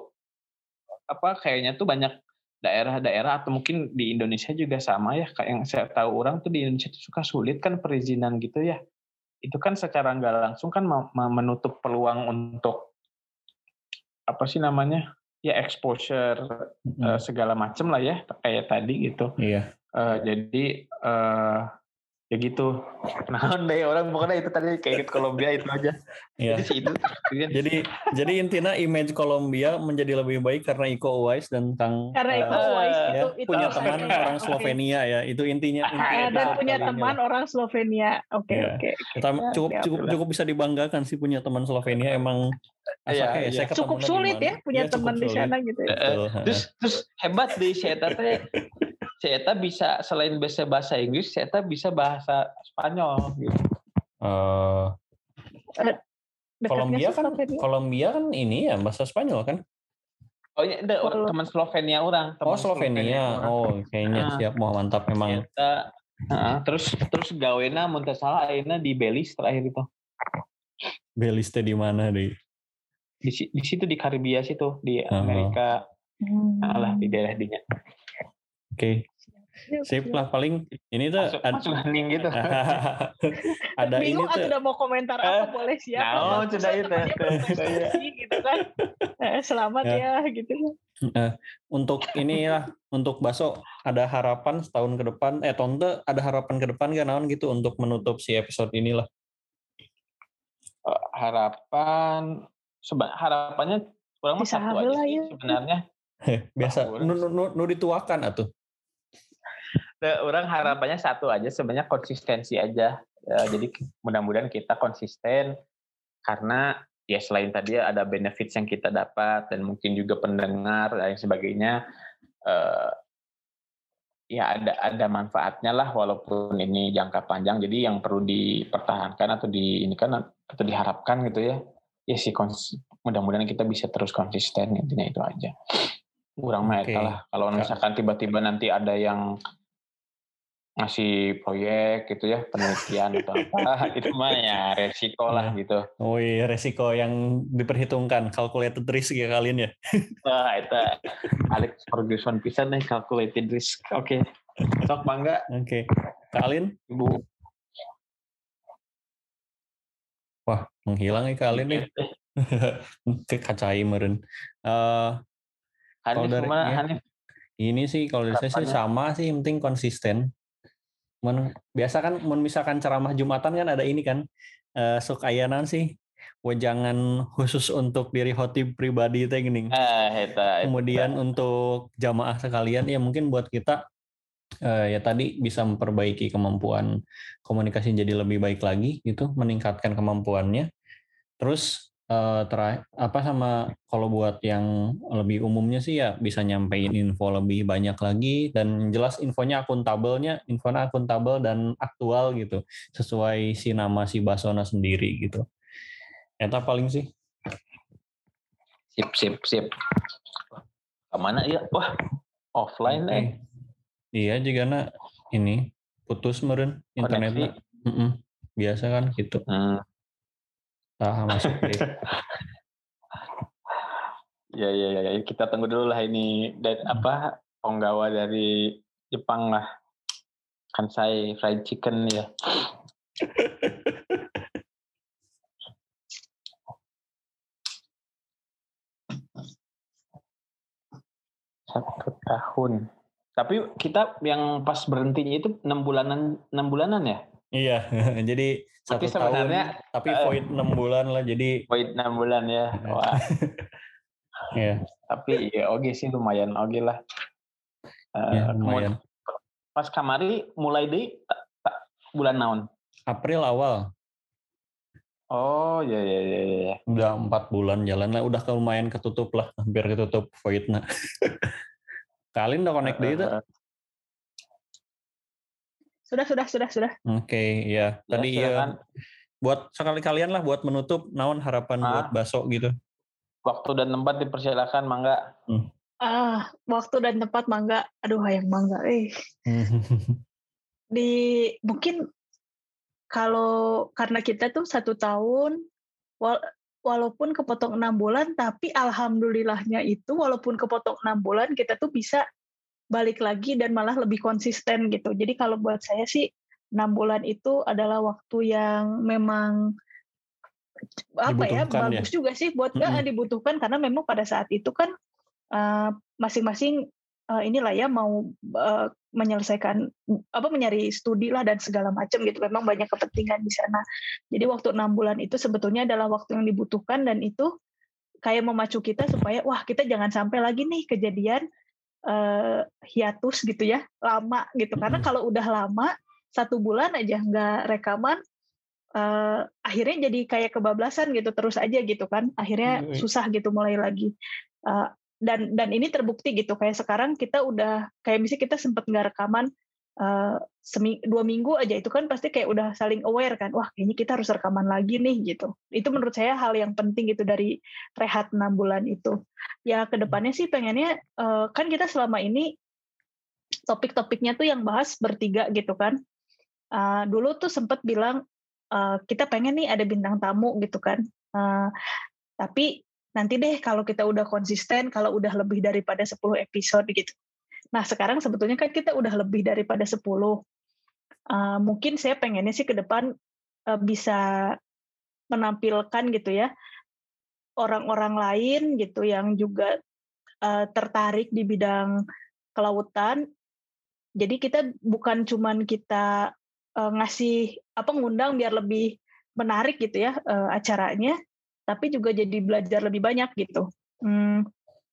apa kayaknya tuh banyak daerah-daerah atau mungkin di Indonesia juga sama ya kayak yang saya tahu orang tuh di Indonesia tuh suka sulit kan perizinan gitu ya. Itu kan secara nggak langsung kan menutup peluang untuk apa sih namanya ya exposure mm-hmm. uh, segala macam lah ya kayak tadi gitu. Iya. Uh, jadi uh, ya gitu. Nah, deh orang pokoknya itu tadi kayak gitu Kolombia itu aja. Iya. Jadi itu. jadi jadi intinya image Kolombia menjadi lebih baik karena Iko Uwais dan Kang karena Iko uh, Uwais ya, itu, itu punya okay. teman okay. orang Slovenia okay. ya. Itu intinya. intinya dan punya teman lah. Orang Slovenia. Oke okay, ya. oke. Okay. Kita cukup ya, cukup cukup bisa dibanggakan sih punya teman Slovenia emang ya, ya, ya. Cukup sulit ya punya ya, teman di sana gitu. Ya. Uh, terus terus hebat deh saya teh saya bisa selain bisa bahasa Inggris, saya bisa bahasa Spanyol gitu. Uh, Kolombia kan Kolombia kan ini ya bahasa Spanyol kan? Oh iya, ada oh, teman Slovenia orang. Teman oh Slovenia, Slovenia oh kayaknya uh, siap, mau mantap memang. Kita, uh, terus terus gawena muntah salah akhirnya di Belize terakhir itu. Belize teh di mana deh? Di di situ di Karibia situ di Amerika, uh-huh. Nah, lah di daerah dinya. Oke. Okay. Sip lah, paling ini tuh masuk, ad- masuk hening gitu. ada ini Bingung tuh. aku udah mau komentar apa, boleh siapa, Nah, bagus sudah lah, itu. namanya berprestasi gitu kan. Eh, selamat Ya. ya gitu. Eh, untuk inilah, untuk Baso ada harapan setahun ke depan, eh Tonte ada harapan ke depan gak naon gitu untuk menutup si episode inilah. Uh, harapan seba, harapannya kurang mah satu aja Disalah sih ya. sebenarnya. Biasa, Oh, nu, nu, nu, nu dituakan atuh. Orang harapannya satu aja sebenarnya, konsistensi aja. Ya, jadi mudah-mudahan kita konsisten, karena ya selain tadi ada benefits yang kita dapat dan mungkin juga pendengar dan sebagainya, eh, ya ada ada manfaatnya lah walaupun ini jangka panjang. Jadi yang perlu dipertahankan atau di ini kan atau diharapkan gitu ya. Ya sih kons- mudah-mudahan kita bisa terus konsisten, intinya itu aja. Kurang mah Oke. eta lah. Kalau misalkan tiba-tiba nanti ada yang ngasih proyek gitu ya, penelitian atau apa, itu mah ya resiko lah gitu. Oh iya, resiko yang diperhitungkan, calculated risk ya kalian ya. Wah, itu Alex Ferguson pisan nih, calculated risk. Oke. Okay. Sok bangga. Oke. Okay. Kalian? Ibu. Wah, menghilang ya kalian nih. Kekacai meren. Uh, Hanif dari, gimana, ya, Hanif? Ini sih kalau dari saya sih sama sih, yang penting konsisten. Men, biasa kan misalkan ceramah Jumatan kan ada ini kan, uh, sok ayanan sih, wejangan khusus untuk diri khotib pribadi teh gini. Ah, eta, Kemudian eta. Untuk jamaah sekalian ya mungkin buat kita uh, ya tadi bisa memperbaiki kemampuan komunikasi jadi lebih baik lagi gitu, meningkatkan kemampuannya. Terus uh, terakhir apa sama kalau buat yang lebih umumnya sih ya bisa nyampein info lebih banyak lagi dan jelas infonya akuntabelnya, infonya akuntabel dan aktual gitu, sesuai si nama si Basona sendiri gitu. Eta paling sih. Sip, sip, sip. Kemana ya? Wah, offline okay. eh. Iya juga nak ini putus meren internetnya. Biasa kan gitu. Hmm. Ah, masuk deh. Ya, ya, ya, ya, kita tunggu dulu lah ini dan hmm. apa penggawa dari Jepang lah, Kansai fried chicken ya. Satu tahun. Tapi kita yang pas berhentinya itu enam bulanan, enam bulanan ya? Iya, jadi satu tapi sebenarnya tahun, tapi void enam uh, bulan lah, jadi void enam bulan ya. Wah. Iya. Tapi ya oke sih lumayan oke lah. Uh, ya, lumayan. Pas kamari mulai di bulan naon? April awal. Oh ya ya ya ya. Udah empat bulan jalan lah, udah lumayan ketutup lah, hampir ketutup voidnya. Kalian udah connect uh, deh itu? Sudah, sudah, sudah, sudah. Oke, okay, ya. Tadi ya, ya buat sekali kalian lah buat menutup naon harapan ah, buat Baso gitu. Waktu dan tempat dipersilakan, mangga. Hmm. Ah, waktu dan tempat mangga. Aduh, hayang mangga eh. Di mungkin kalau karena kita tuh satu tahun wal, walaupun kepotong enam bulan, tapi alhamdulillahnya itu walaupun kepotong enam bulan kita tuh bisa balik lagi dan malah lebih konsisten gitu. Jadi kalau buat saya sih enam bulan itu adalah waktu yang memang apa ya bagus ya? Juga sih buat mm-hmm. uh, dibutuhkan karena memang pada saat itu kan uh, masing-masing uh, inilah ya mau uh, menyelesaikan apa mencari studi lah dan segala macam gitu. Memang banyak kepentingan di sana. Jadi waktu enam bulan itu sebetulnya adalah waktu yang dibutuhkan dan itu kayak memacu kita supaya wah kita jangan sampai lagi nih kejadian Uh, hiatus gitu ya lama gitu karena mm-hmm. kalau udah lama satu bulan aja nggak rekaman uh, akhirnya jadi kayak kebablasan gitu terus aja gitu kan akhirnya mm-hmm. susah gitu mulai lagi uh, dan dan ini terbukti gitu kayak sekarang kita udah kayak misalnya kita sempat nggak rekaman uh, seming, dua minggu aja itu kan pasti kayak udah saling aware kan wah kayaknya kita harus rekaman lagi nih gitu itu menurut saya hal yang penting gitu dari rehat enam bulan itu ya kedepannya sih pengennya uh, kan kita selama ini topik-topiknya tuh yang bahas bertiga gitu kan uh, dulu tuh sempat bilang uh, kita pengen nih ada bintang tamu gitu kan uh, tapi nanti deh kalau kita udah konsisten kalau udah lebih daripada sepuluh episode gitu Nah sekarang sebetulnya kan kita udah lebih daripada sepuluh. Uh, mungkin saya pengennya sih ke depan uh, bisa menampilkan gitu ya orang-orang lain gitu yang juga uh, tertarik di bidang kelautan. Jadi kita bukan cuman kita uh, ngasih apa ngundang biar lebih menarik gitu ya uh, acaranya, tapi juga jadi belajar lebih banyak gitu. Hmm,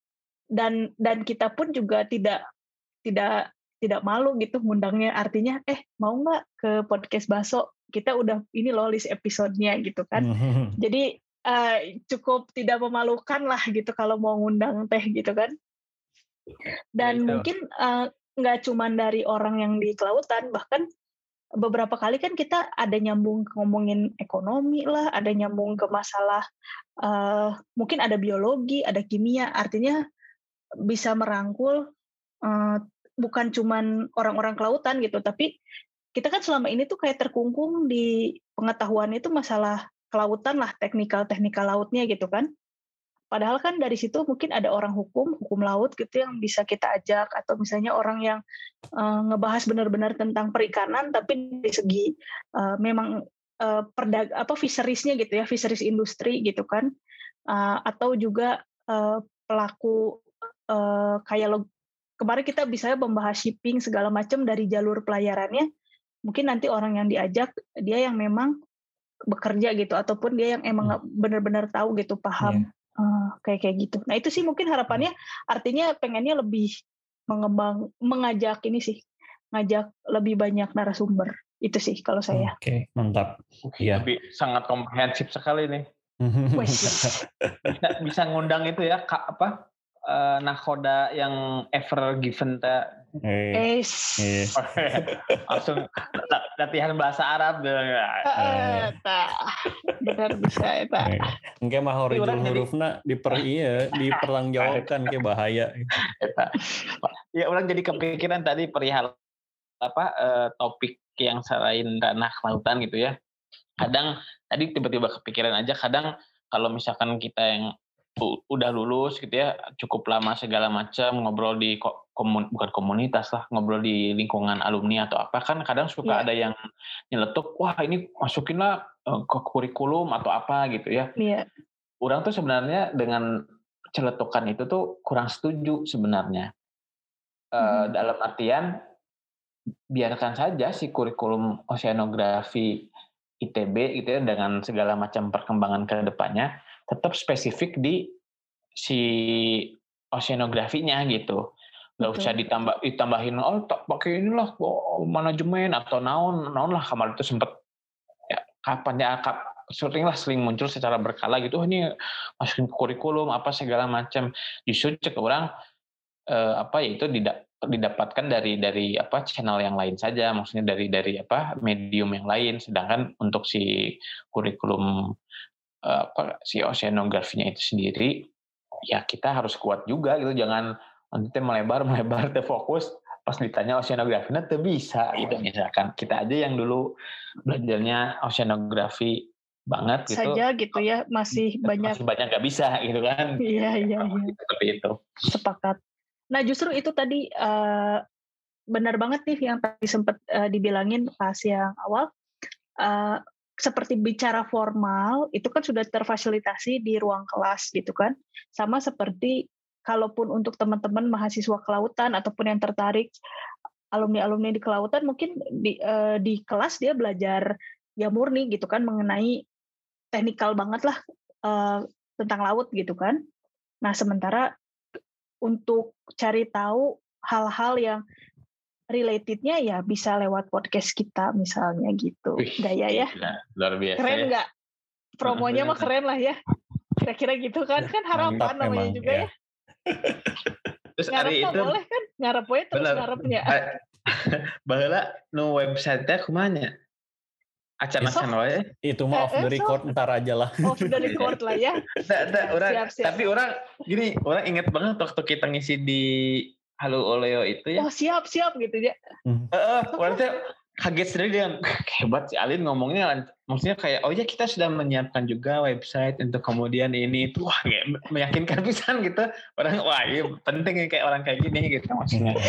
dan dan kita pun juga tidak tidak tidak malu gitu ngundangnya. Artinya eh mau nggak ke podcast Baso? Kita udah ini loh list episodenya gitu kan. Jadi uh, cukup tidak memalukan lah gitu kalau mau ngundang teh gitu kan. Dan ya, mungkin uh, nggak cuma dari orang yang di kelautan, bahkan beberapa kali kan kita ada nyambung ngomongin ekonomi lah, ada nyambung ke masalah uh, mungkin ada biologi, ada kimia, artinya bisa merangkul uh, bukan cuma orang-orang kelautan gitu, tapi kita kan selama ini tuh kayak terkungkung di pengetahuan itu masalah kelautan lah, teknikal-teknikal lautnya gitu kan. Padahal kan dari situ mungkin ada orang hukum, hukum laut gitu yang bisa kita ajak, atau misalnya orang yang uh, ngebahas benar-benar tentang perikanan, tapi dari segi uh, memang uh, perdag apa fisheries-nya gitu ya, fisheries industri gitu kan, uh, atau juga uh, pelaku uh, kayak lo, kemarin kita bisa membahas shipping segala macam dari jalur pelayarannya, mungkin nanti orang yang diajak dia yang memang bekerja gitu, ataupun dia yang emang hmm. benar-benar tahu gitu, paham. Yeah. Uh, kayak kayak gitu. Nah itu sih mungkin harapannya, artinya pengennya lebih mengembang, mengajak ini sih, ngajak lebih banyak narasumber. Itu sih kalau saya. Oke, okay, mantap. Iya. Tapi sangat komprehensif sekali nih. bisa, bisa ngundang itu ya, kak apa? Uh, nakoda yang ever given ta eh eh langsung latihan bahasa Arab deh. Uh, benar bisa eta. Engke mah horizon hurufna diper iya dipertanggungjawabkan ke bahaya. Eta. Ya orang jadi kepikiran tadi perihal apa uh, topik yang selain ranah kelautan gitu ya. Kadang tadi tiba-tiba kepikiran aja, kadang kalau misalkan kita yang udah lulus gitu ya, cukup lama segala macam ngobrol di komun, bukan komunitas lah, ngobrol di lingkungan alumni atau apa, kan kadang suka yeah. ada yang nyeletuk, wah ini masukinlah ke kurikulum atau apa gitu ya. Yeah. Orang tuh sebenarnya dengan celetukan itu tuh kurang setuju sebenarnya. Mm-hmm. E, dalam artian biarkan saja si kurikulum oceanografi I T B gitu ya, dengan segala macam perkembangan ke depannya tetap spesifik di si oceanografinya gitu. Nggak usah ditambah ditambahin oh tak pakai inilah oh, manajemen atau naon naon lah, kemarin itu sempat ya kapan ya kap, sering lah sering muncul secara berkala gitu, oh, ini masukin kurikulum apa segala macam. Justru cek orang eh, apa ya itu tidak didapatkan dari dari apa channel yang lain saja, maksudnya dari dari apa medium yang lain. Sedangkan untuk si kurikulum apa si oceanografinya itu sendiri ya kita harus kuat juga gitu, jangan nanti melebar melebar terfokus pas ditanya oceanografinya tuh bisa gitu. Misalkan kita aja yang dulu belajarnya oceanografi banget gitu saja gitu ya, masih banyak masih banyak nggak bisa gitu kan. Iya iya iya. Seperti itu. Sepakat. Nah justru itu tadi uh, benar banget nih yang tadi sempat uh, dibilangin pas yang awal. Uh, seperti bicara formal itu kan sudah terfasilitasi di ruang kelas gitu kan, sama seperti kalaupun untuk teman-teman mahasiswa kelautan ataupun yang tertarik alumni-alumni di kelautan, mungkin di, uh, di kelas dia belajar ya murni gitu kan mengenai teknikal banget lah uh, tentang laut gitu kan. Nah sementara untuk cari tahu hal-hal yang relatednya ya bisa lewat podcast kita misalnya gitu. Wih, gaya ya luar biasa keren nggak ya. Promonya mah keren lah ya, kira-kira gitu kan. Kan harapan mantap namanya emang, juga ya, ya. Terus ngarep hari itu boleh kan ngarep aja terus bener. Ngarepnya baheula nu website-nya kumanya acan-acan wae itu mah off the record so, ntar aja lah off the record lah ya. da, da, orang, siap, siap. Tapi orang gini, orang inget banget waktu kita ngisi di Halo Oleo itu ya. Oh siap siap gitu ya. Heeh, uh, orang teh kaget sendiri dia, hebat si Alin ngomongnya, maksudnya kayak oh ya kita sudah menyiapkan juga website untuk kemudian ini itu, wah kayak meyakinkan pisan gitu, orang wah iya penting kayak orang kayak gini gitu maksudnya.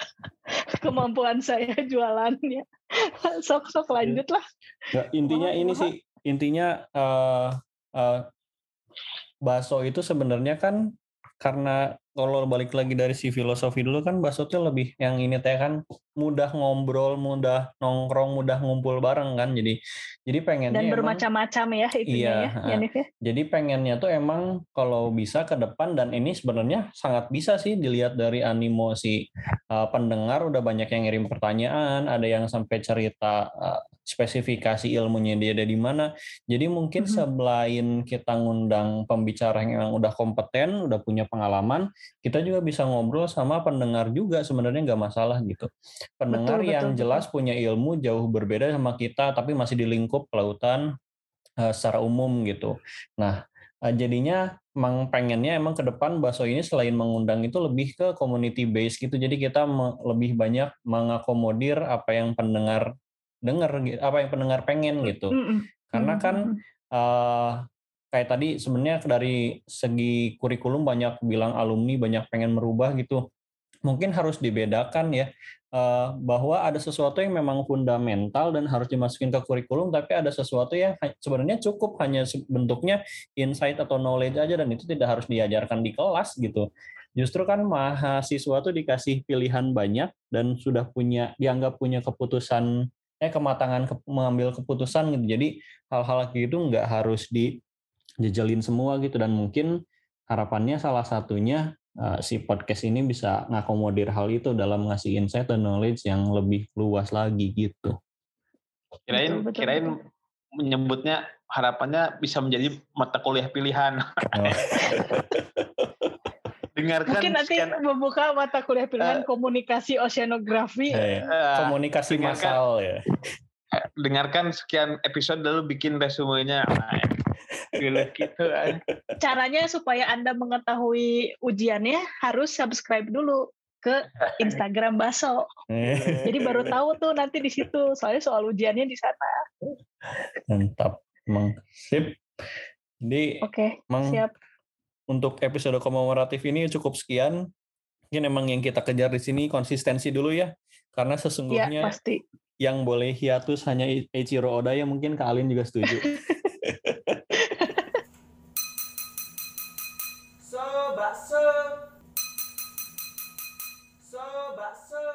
Kemampuan saya jualannya, sok-sok lanjut lah. Nah, intinya ini sih, intinya uh, uh, bakso itu sebenarnya kan karena kalau balik lagi dari si filosofi dulu kan bakso tuh lebih yang ini teh kan mudah ngobrol, mudah nongkrong, mudah ngumpul bareng kan. Jadi jadi pengennya dan emang, bermacam-macam ya itunya iya, ya, Yanif ya. Jadi pengennya tuh emang kalau bisa ke depan, dan ini sebenarnya sangat bisa sih dilihat dari animo si uh, pendengar, udah banyak yang ngirim pertanyaan, ada yang sampai cerita uh, spesifikasi ilmunya dia ada di mana. Jadi mungkin mm-hmm. selain kita ngundang pembicara yang udah kompeten, udah punya pengalaman, kita juga bisa ngobrol sama pendengar juga, sebenarnya nggak masalah gitu. Pendengar betul, yang betul, jelas betul. punya ilmu jauh berbeda sama kita, tapi masih di lingkup kelautan uh, secara umum gitu. Nah, uh, jadinya emang pengennya emang ke depan bakso ini selain mengundang itu lebih ke community base gitu. Jadi kita me- lebih banyak mengakomodir apa yang pendengar dengar, apa yang pendengar pengen gitu. Mm-hmm. Karena kan uh, kayak tadi sebenarnya dari segi kurikulum banyak bilang alumni banyak pengen merubah gitu. Mungkin harus dibedakan ya, uh, bahwa ada sesuatu yang memang fundamental dan harus dimasukin ke kurikulum, tapi ada sesuatu yang sebenarnya cukup hanya bentuknya insight atau knowledge aja, dan itu tidak harus diajarkan di kelas gitu. Justru kan mahasiswa tuh dikasih pilihan banyak dan sudah punya, dianggap punya keputusan, eh kematangan ke, mengambil keputusan gitu. Jadi hal-hal gitu nggak harus dijejelin semua gitu, dan mungkin harapannya salah satunya Uh, si podcast ini bisa ngakomodir hal itu dalam ngasih insight dan knowledge yang lebih luas lagi gitu. Kirain betul, betul, kirain betul. Menyebutnya harapannya bisa menjadi mata kuliah pilihan. Oh. Dengarkan mungkin nanti sekian, membuka mata kuliah pilihan uh, komunikasi oceanografi, eh, komunikasi massal ya. Dengarkan sekian episode lalu bikin resumenya. Gitu. Caranya supaya Anda mengetahui ujiannya harus subscribe dulu ke Instagram Baso. Jadi baru tahu tuh nanti di situ, soalnya soal ujiannya di sana. Mantap, emang sip. Jadi, oke, emang siap. Untuk episode komemoratif ini cukup sekian. Mungkin emang yang kita kejar di sini konsistensi dulu ya, karena sesungguhnya ya, pasti. Yang boleh hiatus hanya Eiichiro Oda, yang mungkin Kak Alin juga setuju. So bakso, so bakso.